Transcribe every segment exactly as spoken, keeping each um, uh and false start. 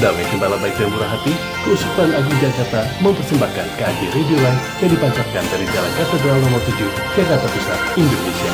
Damai Gembala Baik dan Murah Hati, Keuskupan Agung Jakarta mempersembahkan K A G Radio Live yang dipancarkan dari Jalan Katedral nomor tujuh, Jakarta Pusat, Indonesia.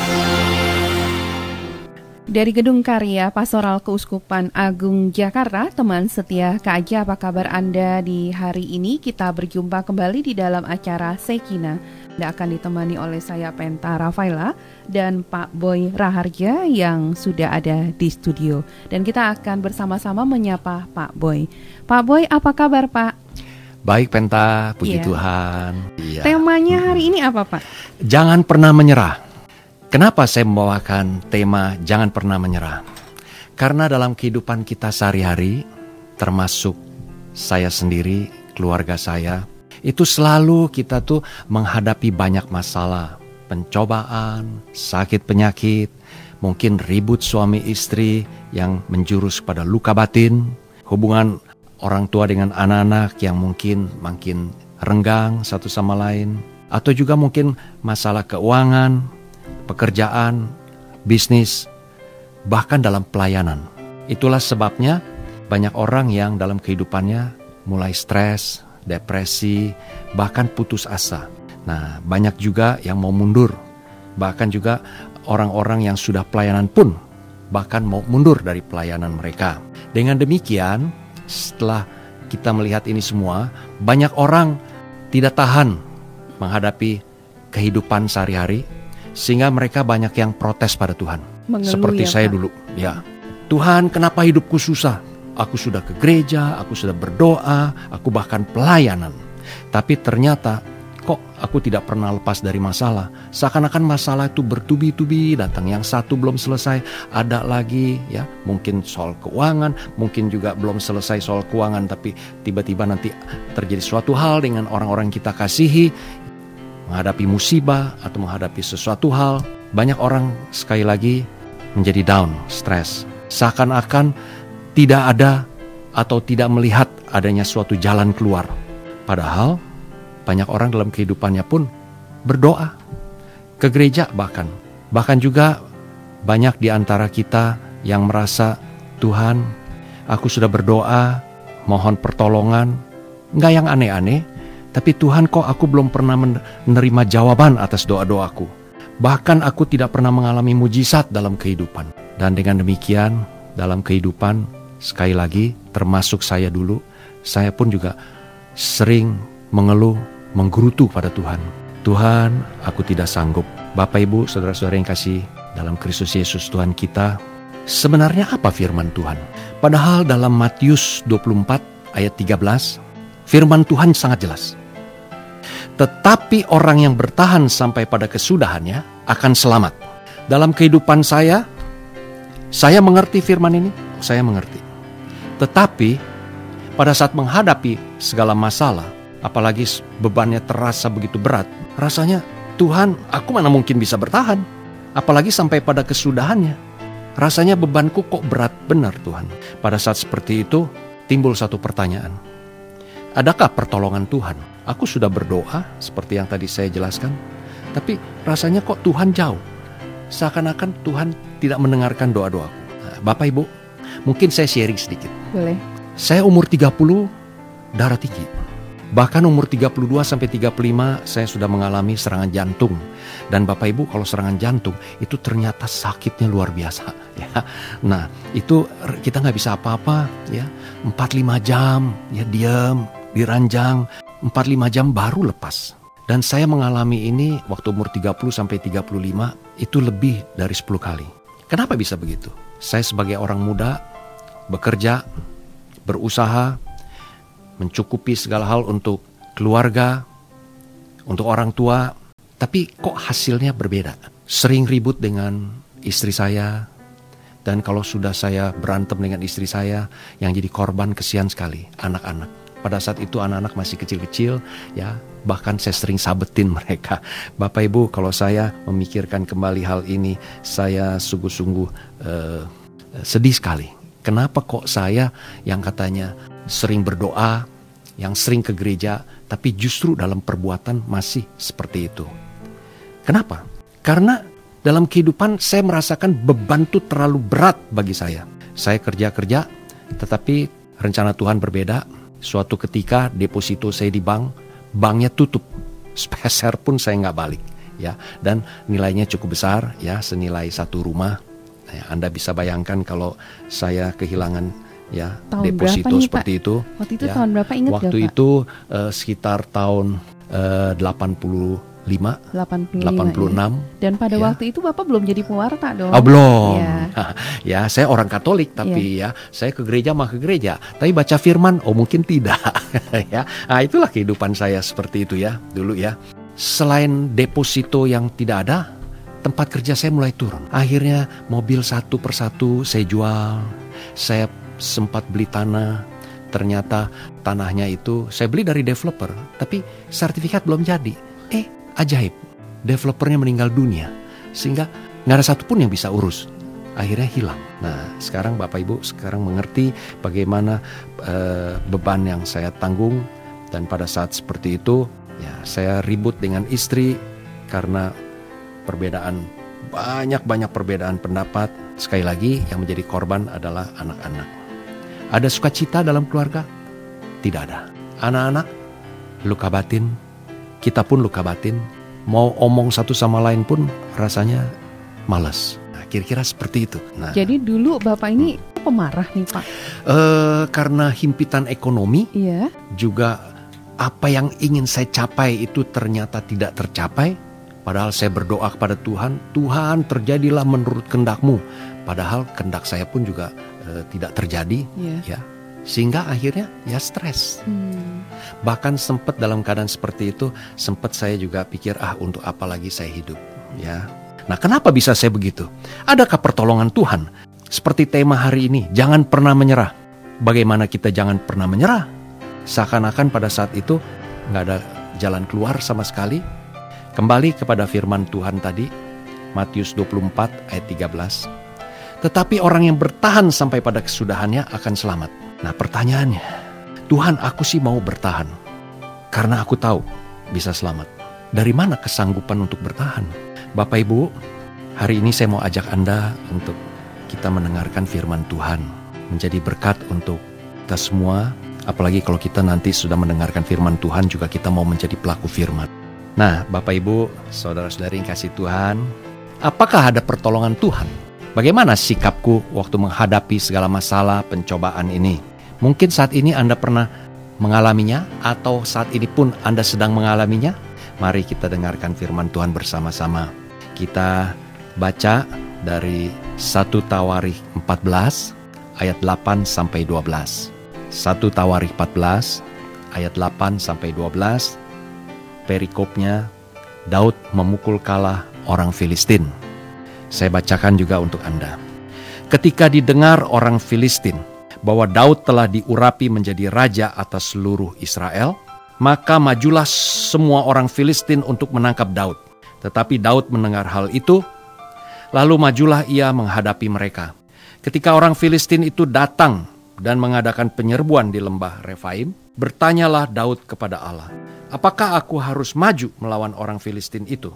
Dari Gedung Karya Pastoral Keuskupan Agung Jakarta, teman setia K A J, apa kabar Anda di hari ini? Kita berjumpa kembali di dalam acara Sekina. Anda akan ditemani oleh saya Penta Rafaela dan Pak Boy Raharja yang sudah ada di studio. Dan kita akan bersama-sama menyapa Pak Boy. Pak Boy, apa kabar Pak? Baik Penta, puji yeah. Tuhan. Yeah. Temanya hari ini apa Pak? Jangan pernah menyerah. Kenapa saya membawakan tema jangan pernah menyerah? Karena dalam kehidupan kita sehari-hari, termasuk saya sendiri, keluarga saya, itu selalu kita tuh menghadapi banyak masalah, pencobaan, sakit penyakit, mungkin ribut suami istri yang menjurus pada luka batin, hubungan orang tua dengan anak-anak yang mungkin makin renggang satu sama lain, atau juga mungkin masalah keuangan, pekerjaan, bisnis, bahkan dalam pelayanan. Itulah sebabnya banyak orang yang dalam kehidupannya mulai stres, depresi, bahkan putus asa. Nah, banyak juga yang mau mundur. Bahkan juga orang-orang yang sudah pelayanan pun bahkan mau mundur dari pelayanan mereka. Dengan demikian, setelah kita melihat ini semua, banyak orang tidak tahan menghadapi kehidupan sehari-hari, sehingga mereka banyak yang protes pada Tuhan. Mengeluh, seperti ya, saya Pak? Dulu. Ya, Tuhan, kenapa hidupku susah? Aku sudah ke gereja, aku sudah berdoa, aku bahkan pelayanan. Tapi ternyata kok aku tidak pernah lepas dari masalah. Seakan-akan masalah itu bertubi-tubi datang. Yang satu belum selesai, ada lagi ya. Mungkin soal keuangan, mungkin juga belum selesai soal keuangan, tapi tiba-tiba nanti terjadi suatu hal dengan orang-orang kita kasihi. Menghadapi musibah atau menghadapi sesuatu hal, banyak orang sekali lagi menjadi down, stres. Seakan-akan tidak ada atau tidak melihat adanya suatu jalan keluar. Padahal banyak orang dalam kehidupannya pun berdoa, ke gereja bahkan. Bahkan juga banyak di antara kita yang merasa, Tuhan, aku sudah berdoa, mohon pertolongan, enggak yang aneh-aneh, tapi Tuhan kok aku belum pernah menerima jawaban atas doa-doaku. Bahkan aku tidak pernah mengalami mujizat dalam kehidupan. Dan dengan demikian dalam kehidupan, sekali lagi termasuk saya dulu, saya pun juga sering mengeluh, menggerutu pada Tuhan. Tuhan, aku tidak sanggup. Bapak Ibu, saudara-saudara yang kasih dalam Kristus Yesus Tuhan kita, sebenarnya apa firman Tuhan? Padahal dalam Matius dua puluh empat ayat tiga belas, firman Tuhan sangat jelas. Tetapi orang yang bertahan sampai pada kesudahannya akan selamat. Dalam kehidupan saya, saya mengerti firman ini, saya mengerti. Tetapi pada saat menghadapi segala masalah, apalagi bebannya terasa begitu berat, rasanya Tuhan, aku mana mungkin bisa bertahan. Apalagi sampai pada kesudahannya. Rasanya bebanku kok berat benar Tuhan. Pada saat seperti itu timbul satu pertanyaan. Adakah pertolongan Tuhan? Aku sudah berdoa seperti yang tadi saya jelaskan, tapi rasanya kok Tuhan jauh. Seakan-akan Tuhan tidak mendengarkan doa-doaku. Nah, Bapak Ibu, mungkin saya sharing sedikit. Boleh. Saya umur tiga puluh, darah tinggi. Bahkan umur tiga puluh dua sampai tiga puluh lima saya sudah mengalami serangan jantung. Dan Bapak Ibu, kalau serangan jantung itu ternyata sakitnya luar biasa ya. Nah, itu kita nggak bisa apa-apa ya. empat lima jam ya diam, diranjang, empat lima jam baru lepas. Dan saya mengalami ini waktu umur tiga puluh sampai tiga puluh lima itu lebih dari sepuluh kali. Kenapa bisa begitu? Saya sebagai orang muda bekerja, berusaha, mencukupi segala hal untuk keluarga, untuk orang tua, tapi kok hasilnya berbeda. Sering ribut dengan istri saya, dan kalau sudah saya berantem dengan istri saya, yang jadi korban kesian sekali, anak-anak. Pada saat itu anak-anak masih kecil-kecil, ya bahkan saya sering sabetin mereka. Bapak Ibu, kalau saya memikirkan kembali hal ini, saya sungguh-sungguh uh, sedih sekali. Kenapa kok saya yang katanya sering berdoa, yang sering ke gereja, tapi justru dalam perbuatan masih seperti itu. Kenapa? Karena dalam kehidupan saya merasakan beban itu terlalu berat bagi saya. Saya kerja-kerja, tetapi rencana Tuhan berbeda. Suatu ketika deposito saya di bank, banknya tutup, sepeser pun saya nggak balik, ya. Dan nilainya cukup besar, ya, senilai satu rumah. Nah, Anda bisa bayangkan kalau saya kehilangan, ya, tahun deposito nih, seperti Pak? itu. Waktu itu ya. tahun berapa, ingat Waktu gak, Pak? itu uh, sekitar tahun uh, delapan puluh lima, delapan puluh lima, delapan puluh enam. Ya. Dan pada ya. waktu itu Bapak belum jadi pewarta dong? Oh, belum. Ya. Ya, saya orang Katolik, tapi ya. ya saya ke gereja mah ke gereja. Tapi baca firman, oh mungkin tidak. Ya, nah, itulah kehidupan saya seperti itu ya dulu ya. Selain deposito yang tidak ada, tempat kerja saya mulai turun. Akhirnya mobil satu persatu saya jual. Saya sempat beli tanah. Ternyata tanahnya itu saya beli dari developer, tapi sertifikat belum jadi. Eh, ajaib, developernya meninggal dunia, sehingga nggak ada satupun yang bisa urus. Akhirnya hilang. Nah, sekarang Bapak Ibu sekarang mengerti bagaimana uh, beban yang saya tanggung. Dan pada saat seperti itu, ya saya ribut dengan istri karena perbedaan, banyak-banyak perbedaan pendapat. Sekali lagi, yang menjadi korban adalah anak-anak. Ada sukacita dalam keluarga? Tidak ada. Anak-anak luka batin, kita pun luka batin. Mau omong satu sama lain pun rasanya malas. Nah, kira-kira seperti itu. Nah, jadi dulu Bapak ini pemarah nih, Pak? Uh, karena himpitan ekonomi, iya. Juga apa yang ingin saya capai itu ternyata tidak tercapai. Padahal saya berdoa kepada Tuhan, Tuhan terjadilah menurut kehendak-Mu. Padahal kehendak saya pun juga uh, tidak terjadi, yeah. ya. Sehingga akhirnya ya stres. Hmm. Bahkan sempat dalam keadaan seperti itu, sempat saya juga pikir, ah untuk apa lagi saya hidup, ya. Nah, kenapa bisa saya begitu? Adakah pertolongan Tuhan? Seperti tema hari ini, jangan pernah menyerah. Bagaimana kita jangan pernah menyerah? Seakan-akan pada saat itu nggak ada jalan keluar sama sekali. Kembali kepada firman Tuhan tadi, Matius dua puluh empat ayat tiga belas. Tetapi orang yang bertahan sampai pada kesudahannya akan selamat. Nah, pertanyaannya, Tuhan, aku sih mau bertahan karena aku tahu bisa selamat. Dari mana kesanggupan untuk bertahan? Bapak Ibu, hari ini saya mau ajak Anda untuk kita mendengarkan firman Tuhan, menjadi berkat untuk kita semua. Apalagi kalau kita nanti sudah mendengarkan firman Tuhan, juga kita mau menjadi pelaku firman. Nah, Bapak Ibu, saudara-saudari yang kasih Tuhan, apakah ada pertolongan Tuhan? Bagaimana sikapku waktu menghadapi segala masalah pencobaan ini? Mungkin saat ini Anda pernah mengalaminya, atau saat ini pun Anda sedang mengalaminya. Mari kita dengarkan firman Tuhan bersama-sama. Kita baca dari satu Tawarikh empat belas ayat delapan sampai dua belas. satu Tawarikh empat belas ayat delapan sampai dua belas. Perikopnya, Daud memukul kalah orang Filistin. Saya bacakan juga untuk Anda. Ketika didengar orang Filistin bahwa Daud telah diurapi menjadi raja atas seluruh Israel, maka majulah semua orang Filistin untuk menangkap Daud. Tetapi Daud mendengar hal itu, lalu majulah ia menghadapi mereka. Ketika orang Filistin itu datang dan mengadakan penyerbuan di lembah Refaim, bertanyalah Daud kepada Allah, apakah aku harus maju melawan orang Filistin itu?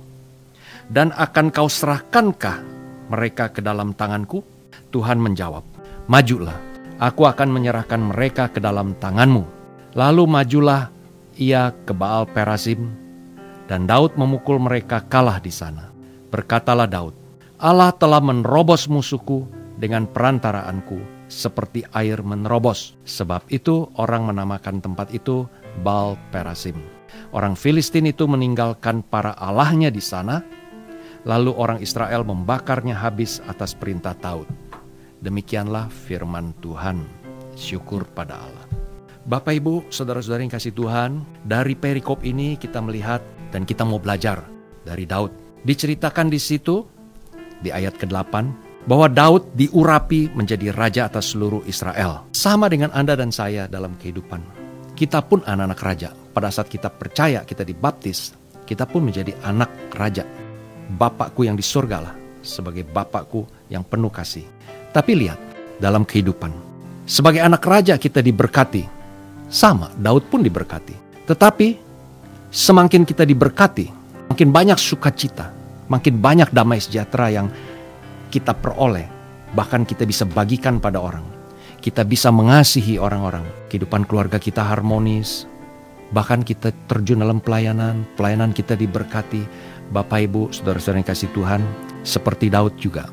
Dan akan kau serahkankah mereka ke dalam tanganku? Tuhan menjawab, majulah, aku akan menyerahkan mereka ke dalam tanganmu. Lalu majulah ia ke Baal Perasim, dan Daud memukul mereka kalah di sana. Berkatalah Daud, Allah telah menerobos musuhku dengan perantaraanku, seperti air menerobos. Sebab itu orang menamakan tempat itu Baal Perasim. Orang Filistin itu meninggalkan para allahnya di sana, lalu orang Israel membakarnya habis atas perintah Daud. Demikianlah firman Tuhan. Syukur pada Allah. Bapak Ibu, saudara-saudari yang kasih Tuhan, dari perikop ini kita melihat dan kita mau belajar dari Daud. Diceritakan di situ, di ayat kedelapan, bahwa Daud diurapi menjadi raja atas seluruh Israel. Sama dengan Anda dan saya dalam kehidupan. Kita pun anak-anak raja. Pada saat kita percaya, kita dibaptis, kita pun menjadi anak raja. Bapakku yang di surga lah, sebagai Bapakku yang penuh kasih. Tapi lihat, dalam kehidupan, sebagai anak raja kita diberkati. Sama, Daud pun diberkati. Tetapi, semakin kita diberkati, makin banyak sukacita, makin banyak damai sejahtera yang kita peroleh, bahkan kita bisa bagikan pada orang. kita bisa mengasihi orang-orang. Kehidupan keluarga kita harmonis. Bahkan kita terjun dalam pelayanan. Pelayanan kita diberkati. Bapak Ibu, saudara-saudara yang kasih Tuhan, seperti Daud juga.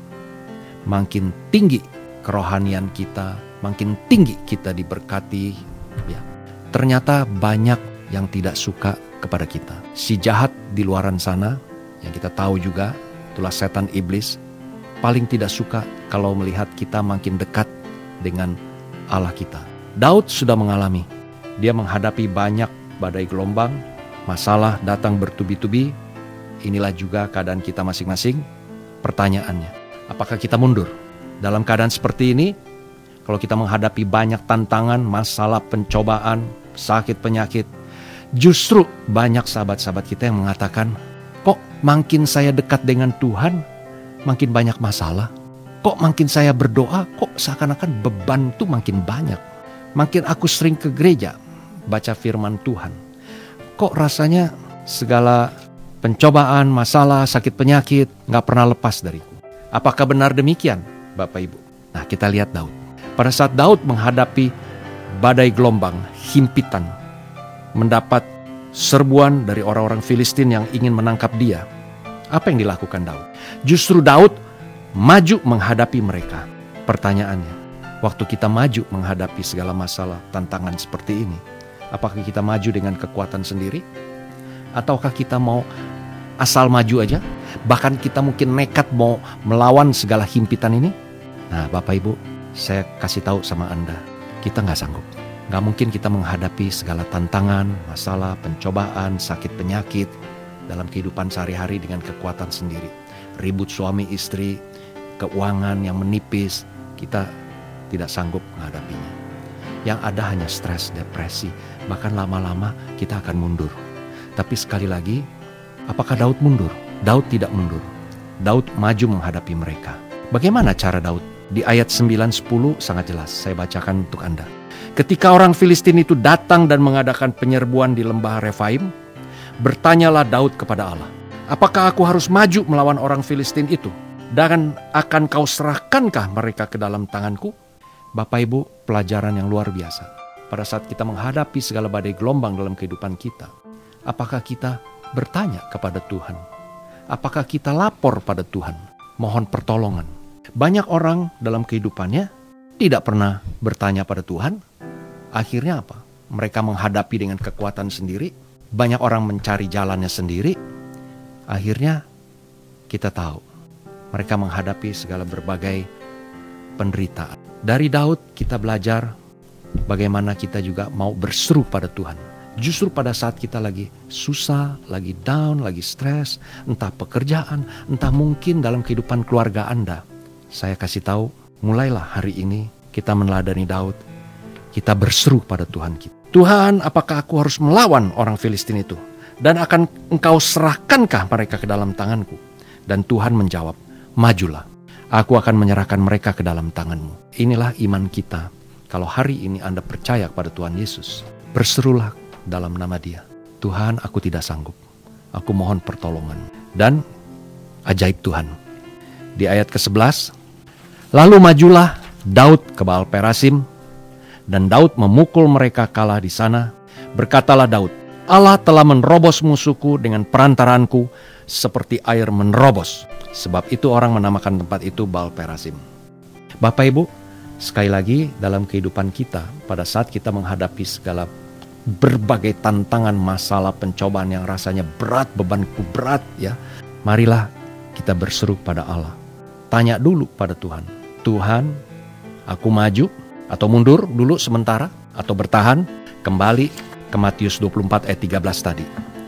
Makin tinggi kerohanian kita, makin tinggi kita diberkati. Ya. Ternyata banyak yang tidak suka kepada kita. Si jahat di luaran sana, yang kita tahu juga, itulah setan iblis, paling tidak suka kalau melihat kita makin dekat dengan Allah kita. Daud sudah mengalami. Dia menghadapi banyak badai gelombang, masalah datang bertubi-tubi. Inilah juga keadaan kita masing-masing. Pertanyaannya, apakah kita mundur? Dalam keadaan seperti ini, kalau kita menghadapi banyak tantangan, masalah, pencobaan, sakit, penyakit, justru banyak sahabat-sahabat kita yang mengatakan, kok makin saya dekat dengan Tuhan, makin banyak masalah. Kok makin saya berdoa, kok seakan-akan beban itu makin banyak. Makin aku sering ke gereja, baca firman Tuhan. Kok rasanya segala pencobaan, masalah, sakit penyakit gak pernah lepas dariku. Apakah benar demikian, Bapak Ibu? Nah, kita lihat Daud. Pada saat Daud menghadapi badai gelombang, himpitan, mendapat serbuan dari orang-orang Filistin yang ingin menangkap dia, apa yang dilakukan Daud? Justru Daud maju menghadapi mereka. Pertanyaannya, waktu kita maju menghadapi segala masalah, tantangan seperti ini, apakah kita maju dengan kekuatan sendiri? Ataukah kita mau asal maju aja? Bahkan kita mungkin nekat mau melawan segala himpitan ini? Nah, Bapak Ibu, saya kasih tahu sama Anda, kita gak sanggup. Gak mungkin kita menghadapi segala tantangan, masalah, pencobaan, sakit penyakit dalam kehidupan sehari-hari dengan kekuatan sendiri. Ribut suami istri, keuangan yang menipis, kita tidak sanggup menghadapinya. Yang ada hanya stres, depresi, bahkan lama-lama kita akan mundur. Tapi sekali lagi, apakah Daud mundur? Daud tidak mundur. Daud maju menghadapi mereka. Bagaimana cara Daud? Di ayat sembilan sepuluh sangat jelas, saya bacakan untuk Anda. Ketika orang Filistin itu datang dan mengadakan penyerbuan di lembah Refaim, bertanyalah Daud kepada Allah, apakah aku harus maju melawan orang Filistin itu? Dan akan kau serahkankah mereka ke dalam tanganku? Bapak Ibu, pelajaran yang luar biasa. Pada saat kita menghadapi segala badai gelombang dalam kehidupan kita, apakah kita bertanya kepada Tuhan? Apakah kita lapor pada Tuhan? Mohon pertolongan. Banyak orang dalam kehidupannya tidak pernah bertanya pada Tuhan. Akhirnya apa? Mereka menghadapi dengan kekuatan sendiri. Banyak orang mencari jalannya sendiri. Akhirnya kita tahu mereka menghadapi segala berbagai penderitaan. Dari Daud kita belajar bagaimana kita juga mau berseru pada Tuhan. Justru pada saat kita lagi susah, lagi down, lagi stres, entah pekerjaan, entah mungkin dalam kehidupan keluarga Anda. Saya kasih tahu, mulailah hari ini kita meneladani Daud. Kita berseru pada Tuhan kita. Tuhan, apakah aku harus melawan orang Filistin itu? Dan akan engkau serahkankah mereka ke dalam tanganku? Dan Tuhan menjawab, majulah. Aku akan menyerahkan mereka ke dalam tanganmu. Inilah iman kita. Kalau hari ini Anda percaya kepada Tuhan Yesus, berserulah dalam nama Dia. Tuhan, aku tidak sanggup. Aku mohon pertolongan. Dan ajaib Tuhan. Di ayat kesebelas, lalu majulah Daud ke Baal Perasim, dan Daud memukul mereka kalah di sana. Berkatalah Daud, Allah telah menerobos musuhku dengan perantaraanku seperti air menerobos. Sebab itu orang menamakan tempat itu Baal Perasim. Bapak Ibu, sekali lagi dalam kehidupan kita, pada saat kita menghadapi segala berbagai tantangan, masalah, pencobaan yang rasanya berat, bebanku berat, ya, marilah kita berseru pada Allah. Tanya dulu pada Tuhan, Tuhan, aku maju atau mundur dulu sementara, atau bertahan, kembali ke Matius dua puluh empat ayat tiga belas tadi.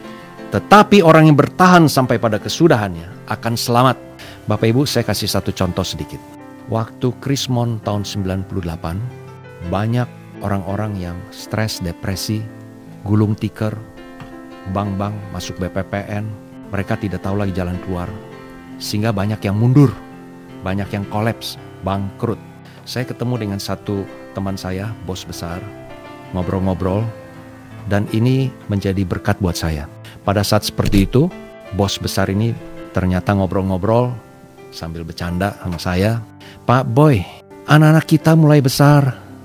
Tetapi orang yang bertahan sampai pada kesudahannya akan selamat. Bapak Ibu, saya kasih satu contoh sedikit. Waktu Krismon tahun sembilan puluh delapan, banyak orang-orang yang stres, depresi, gulung tikar, bank-bank masuk B P P N, mereka tidak tahu lagi jalan keluar. Sehingga banyak yang mundur, banyak yang kolaps, bangkrut. Saya ketemu dengan satu teman saya, bos besar, ngobrol-ngobrol, dan ini menjadi berkat buat saya. Pada saat seperti itu, bos besar ini ternyata ngobrol-ngobrol sambil bercanda sama saya. Pak Boy, anak-anak kita mulai besar,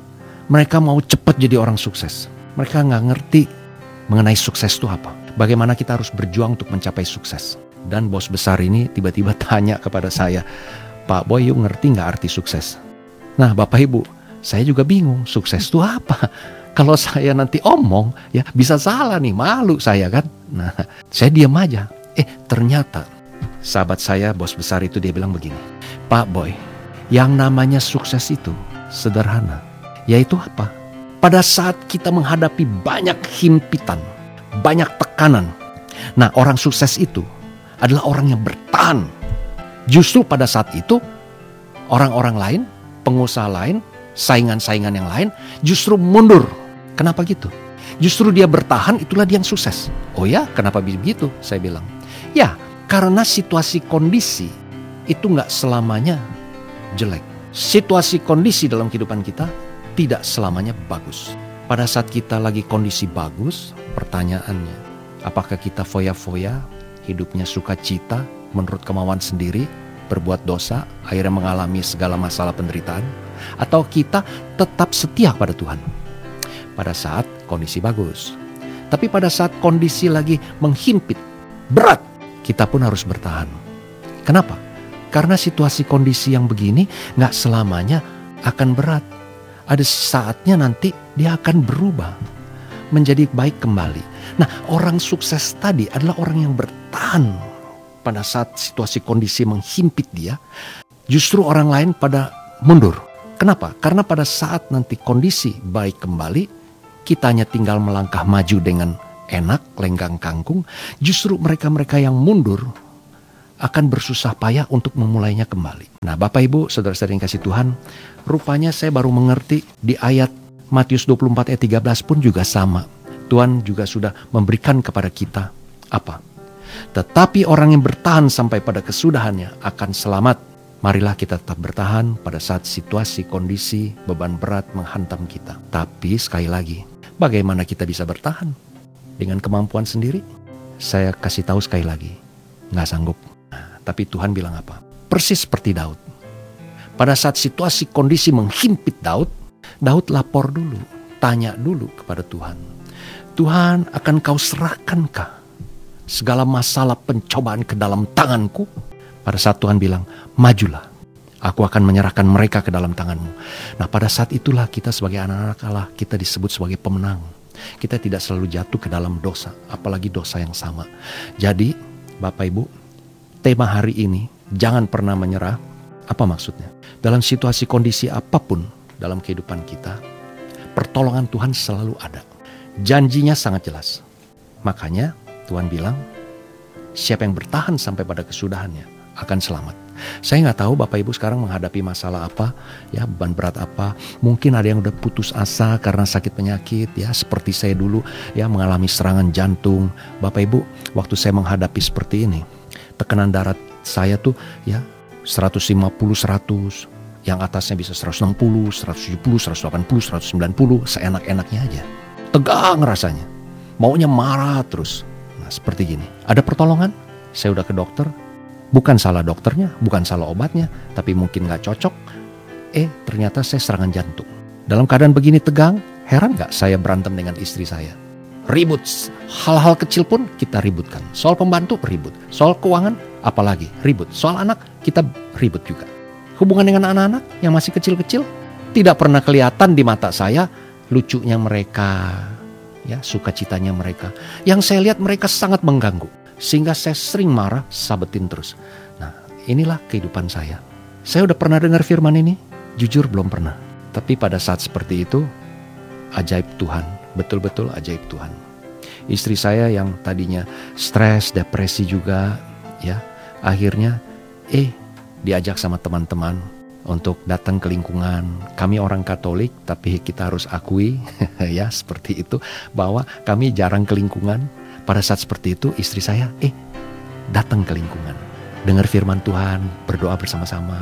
Mereka mau cepat jadi orang sukses. Mereka nggak ngerti mengenai sukses itu apa. Bagaimana kita harus berjuang untuk mencapai sukses. Dan bos besar ini tiba-tiba tanya kepada saya, Pak Boy, you ngerti nggak arti sukses? Nah Bapak Ibu, saya juga bingung, sukses itu apa? Kalau saya nanti omong, ya bisa salah nih, malu saya kan. Nah, saya diam aja. Eh, ternyata sahabat saya, bos besar itu, dia bilang begini, Pak Boy, yang namanya sukses itu sederhana. Yaitu apa? Pada saat kita menghadapi banyak himpitan, banyak tekanan. Nah, orang sukses itu adalah orang yang bertahan. Justru pada saat itu, orang-orang lain, pengusaha lain, saingan-saingan yang lain justru mundur. Kenapa gitu? Justru dia bertahan, itulah dia yang sukses. Oh ya, kenapa begitu? Saya bilang, ya karena situasi kondisi itu gak selamanya jelek. Situasi kondisi dalam kehidupan kita tidak selamanya bagus. Pada saat kita lagi kondisi bagus, pertanyaannya, apakah kita foya-foya, hidupnya sukacita, menurut kemauan sendiri, berbuat dosa, akhirnya mengalami segala masalah penderitaan, atau kita tetap setia pada Tuhan pada saat kondisi bagus. Tapi pada saat kondisi lagi menghimpit, berat, kita pun harus bertahan. Kenapa? Karena situasi kondisi yang begini gak selamanya akan berat. Ada saatnya nanti dia akan berubah menjadi baik kembali. Nah, orang sukses tadi adalah orang yang bertahan pada saat situasi kondisi menghimpit dia. Justru orang lain pada mundur. Kenapa? Karena pada saat nanti kondisi baik kembali, kita hanya tinggal melangkah maju dengan enak, lenggang kangkung. Justru mereka-mereka yang mundur akan bersusah payah untuk memulainya kembali. Nah, Bapak Ibu, saudara-saudara yang kasih Tuhan, rupanya saya baru mengerti di ayat Matius dua puluh empat ayat tiga belas pun juga sama. Tuhan juga sudah memberikan kepada kita apa? Tetapi orang yang bertahan sampai pada kesudahannya akan selamat. Marilah kita tetap bertahan pada saat situasi, kondisi, beban berat menghantam kita. Tapi sekali lagi, bagaimana kita bisa bertahan? Dengan kemampuan sendiri? Saya kasih tahu sekali lagi, nggak sanggup. Nah, tapi Tuhan bilang apa? Persis seperti Daud. Pada saat situasi kondisi menghimpit Daud, Daud lapor dulu, tanya dulu kepada Tuhan. Tuhan, akan kau serahkankah segala masalah pencobaan ke dalam tanganku? Pada saat Tuhan bilang, majulah, aku akan menyerahkan mereka ke dalam tanganmu. Nah, pada saat itulah kita sebagai anak-anak Allah, kita disebut sebagai pemenang. Kita tidak selalu jatuh ke dalam dosa, apalagi dosa yang sama. Jadi, Bapak Ibu, tema hari ini, jangan pernah menyerah. Apa maksudnya? Dalam situasi kondisi apapun dalam kehidupan kita, pertolongan Tuhan selalu ada. Janjinya sangat jelas. Makanya Tuhan bilang, siapa yang bertahan sampai pada kesudahannya akan selamat. Saya nggak tahu Bapak Ibu sekarang menghadapi masalah apa, ya beban berat apa. Mungkin ada yang udah putus asa karena sakit penyakit, ya seperti saya dulu, ya mengalami serangan jantung. Bapak Ibu, waktu saya menghadapi seperti ini, tekanan darah saya tuh ya seratus lima puluh, seratus, yang atasnya bisa seratus enam puluh, seratus tujuh puluh, seratus delapan puluh, seratus sembilan puluh, seenak-enaknya aja. Tegang rasanya, maunya marah terus. Nah seperti gini, ada pertolongan, saya udah ke dokter. Bukan salah dokternya, bukan salah obatnya, tapi mungkin gak cocok. Eh, ternyata saya serangan jantung. Dalam keadaan begini tegang, heran gak saya berantem dengan istri saya? Ribut, hal-hal kecil pun kita ributkan. Soal pembantu ribut, soal keuangan apalagi ribut. Soal anak kita ribut juga. Hubungan dengan anak-anak yang masih kecil-kecil, tidak pernah kelihatan di mata saya lucunya mereka, ya sukacitanya mereka. Yang saya lihat mereka sangat mengganggu. Sehingga saya sering marah, sabetin terus. Nah, inilah kehidupan saya. Saya udah pernah dengar firman ini? Jujur belum pernah. Tapi pada saat seperti itu, ajaib Tuhan. Betul-betul ajaib Tuhan. Istri saya yang tadinya stres, depresi juga, ya, akhirnya, eh, diajak sama teman-teman untuk datang ke lingkungan. Kami orang Katolik, tapi kita harus akui, ya, seperti itu, bahwa kami jarang ke lingkungan. Pada saat seperti itu istri saya eh datang ke lingkungan, dengar firman Tuhan, berdoa bersama-sama.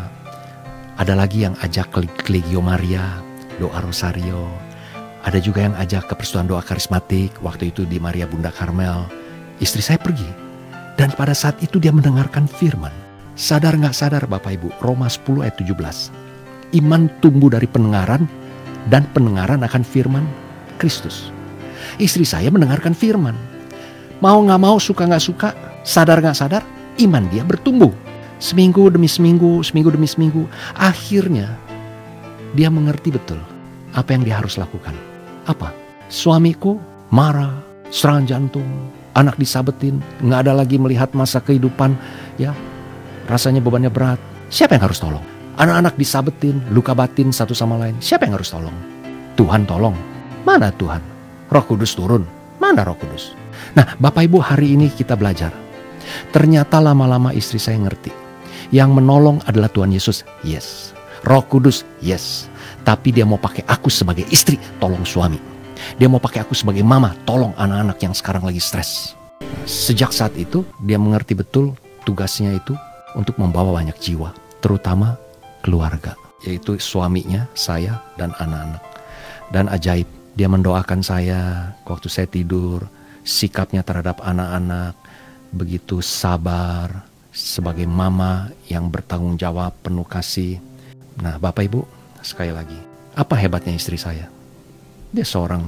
Ada lagi yang ajak ke Legio Maria, doa Rosario. Ada juga yang ajak ke persekutuan doa karismatik, waktu itu di Maria Bunda Karmel. Istri saya pergi, dan pada saat itu dia mendengarkan firman. Sadar gak sadar Bapak Ibu, Roma sepuluh ayat tujuh belas. Iman tumbuh dari pendengaran, dan pendengaran akan firman Kristus. Istri saya mendengarkan firman. Mau gak mau, suka gak suka, sadar gak sadar, iman dia bertumbuh. Seminggu demi seminggu, seminggu demi seminggu. Akhirnya dia mengerti betul apa yang dia harus lakukan. Apa? Suamiku marah, serangan jantung, anak disabetin, gak ada lagi melihat masa kehidupan, ya, rasanya bebannya berat. Siapa yang harus tolong? Anak-anak disabetin, luka batin satu sama lain. Siapa yang harus tolong? Tuhan tolong. Mana Tuhan? Roh Kudus turun. Mana Roh Kudus? Nah, Bapak Ibu, hari ini kita belajar. Ternyata lama-lama istri saya ngerti. Yang menolong adalah Tuhan Yesus. Yes. Roh Kudus. Yes. Tapi dia mau pakai aku sebagai istri, tolong suami. Dia mau pakai aku sebagai mama, tolong anak-anak yang sekarang lagi stres. Sejak saat itu, dia mengerti betul tugasnya itu untuk membawa banyak jiwa, terutama keluarga, yaitu suaminya, saya, dan anak-anak. Dan ajaib, dia mendoakan saya waktu saya tidur, sikapnya terhadap anak-anak begitu sabar, sebagai mama yang bertanggung jawab, penuh kasih. Nah, Bapak Ibu, sekali lagi, apa hebatnya istri saya? Dia seorang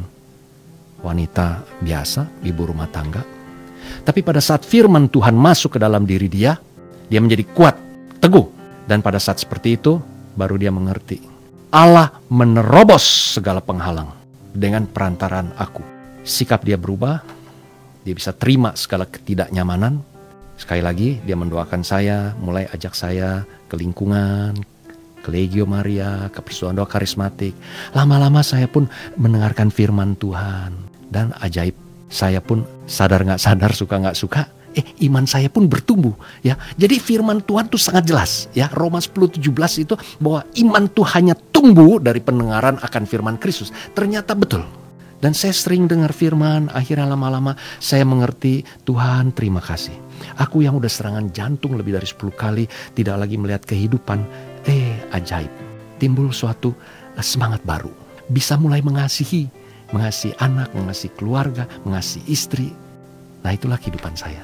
wanita biasa, ibu rumah tangga. Tapi pada saat firman Tuhan masuk ke dalam diri dia, dia menjadi kuat, teguh. Dan pada saat seperti itu, baru dia mengerti. Allah menerobos segala penghalang dengan perantaraan aku. Sikap dia berubah, dia bisa terima segala ketidaknyamanan. Sekali lagi, dia mendoakan saya, mulai ajak saya ke lingkungan, ke Legio Maria, ke Persekutuan Doa Karismatik. Lama-lama saya pun mendengarkan firman Tuhan. Dan ajaib, saya pun sadar gak sadar, suka gak suka, eh iman saya pun bertumbuh, ya. Jadi firman Tuhan tuh sangat jelas, ya. Roma sepuluh tujuh belas itu bahwa iman tuh hanya tumbuh dari pendengaran akan firman Kristus. Ternyata betul. Dan saya sering dengar firman, akhirnya lama-lama saya mengerti, Tuhan terima kasih. Aku yang udah serangan jantung lebih dari sepuluh kali, tidak lagi melihat kehidupan, eh ajaib. Timbul suatu semangat baru. Bisa mulai mengasihi, mengasihi anak, mengasihi keluarga, mengasihi istri. Nah, itulah kehidupan saya.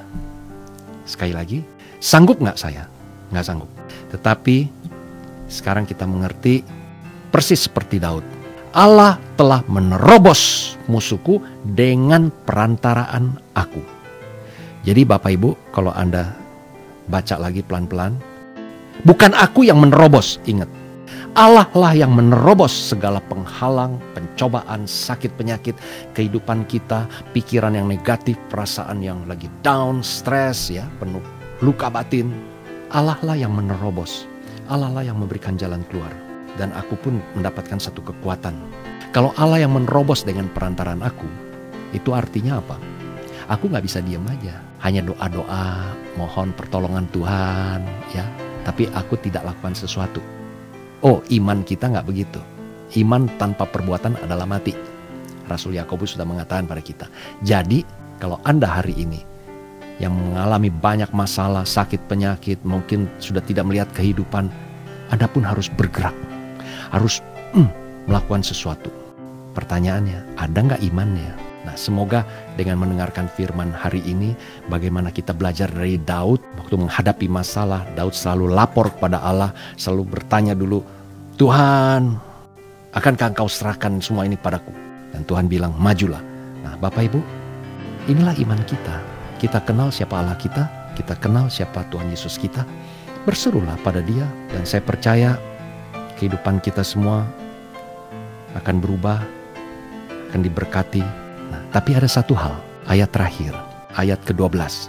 Sekali lagi, sanggup gak saya? Gak sanggup. Tetapi sekarang kita mengerti persis seperti Daud. Allah telah menerobos musuhku dengan perantaraan aku. Jadi Bapak Ibu, kalau Anda baca lagi pelan-pelan, bukan aku yang menerobos, ingat. Allah lah yang menerobos segala penghalang, pencobaan, sakit penyakit, kehidupan kita, pikiran yang negatif, perasaan yang lagi down, stres, ya, penuh luka batin. Allah lah yang menerobos. Allah lah yang memberikan jalan keluar. Dan aku pun mendapatkan satu kekuatan. Kalau Allah yang menerobos dengan perantaraan aku, itu artinya apa? Aku gak bisa diam aja. Hanya doa-doa, mohon pertolongan Tuhan, ya. Tapi aku tidak lakukan sesuatu. Oh, iman kita gak begitu. Iman tanpa perbuatan adalah mati. Rasul Yakobus sudah mengatakan pada kita. Jadi, kalau Anda hari ini yang mengalami banyak masalah, sakit penyakit, mungkin sudah tidak melihat kehidupan, Anda pun harus bergerak. Harus mm, melakukan sesuatu. Pertanyaannya, ada gak imannya? Nah, semoga dengan mendengarkan firman hari ini, bagaimana kita belajar dari Daud, waktu menghadapi masalah, Daud selalu lapor kepada Allah, selalu bertanya dulu, Tuhan, akankah Engkau serahkan semua ini padaku? Dan Tuhan bilang, majulah. Nah, Bapak Ibu, inilah iman kita. Kita kenal siapa Allah kita, kita kenal siapa Tuhan Yesus kita, berserulah pada Dia, dan saya percaya kehidupan kita semua akan berubah, akan diberkati. Nah, tapi ada satu hal, ayat terakhir, ayat kedua belas.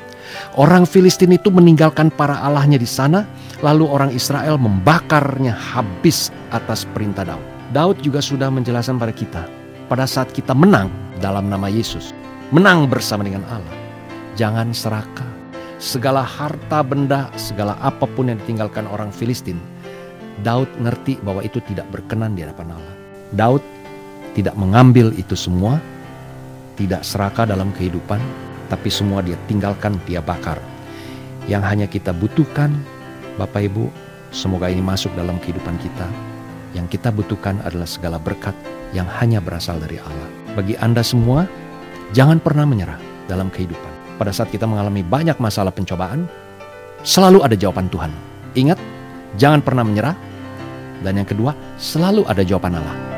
Orang Filistin itu meninggalkan para allahnya di sana, lalu orang Israel membakarnya habis atas perintah Daud. Daud juga sudah menjelaskan pada kita, pada saat kita menang dalam nama Yesus, menang bersama dengan Allah, jangan serakah. Segala harta benda, segala apapun yang ditinggalkan orang Filistin, Daud ngerti bahwa itu tidak berkenan di hadapan Allah. Daud tidak mengambil itu semua, tidak serakah dalam kehidupan, tapi semua dia tinggalkan, dia bakar. Yang hanya kita butuhkan, Bapak Ibu, semoga ini masuk dalam kehidupan kita. Yang kita butuhkan adalah segala berkat yang hanya berasal dari Allah. Bagi Anda semua, jangan pernah menyerah dalam kehidupan. Pada saat kita mengalami banyak masalah pencobaan, selalu ada jawaban Tuhan. Ingat, jangan pernah menyerah. Dan yang kedua, selalu ada jawaban Allah.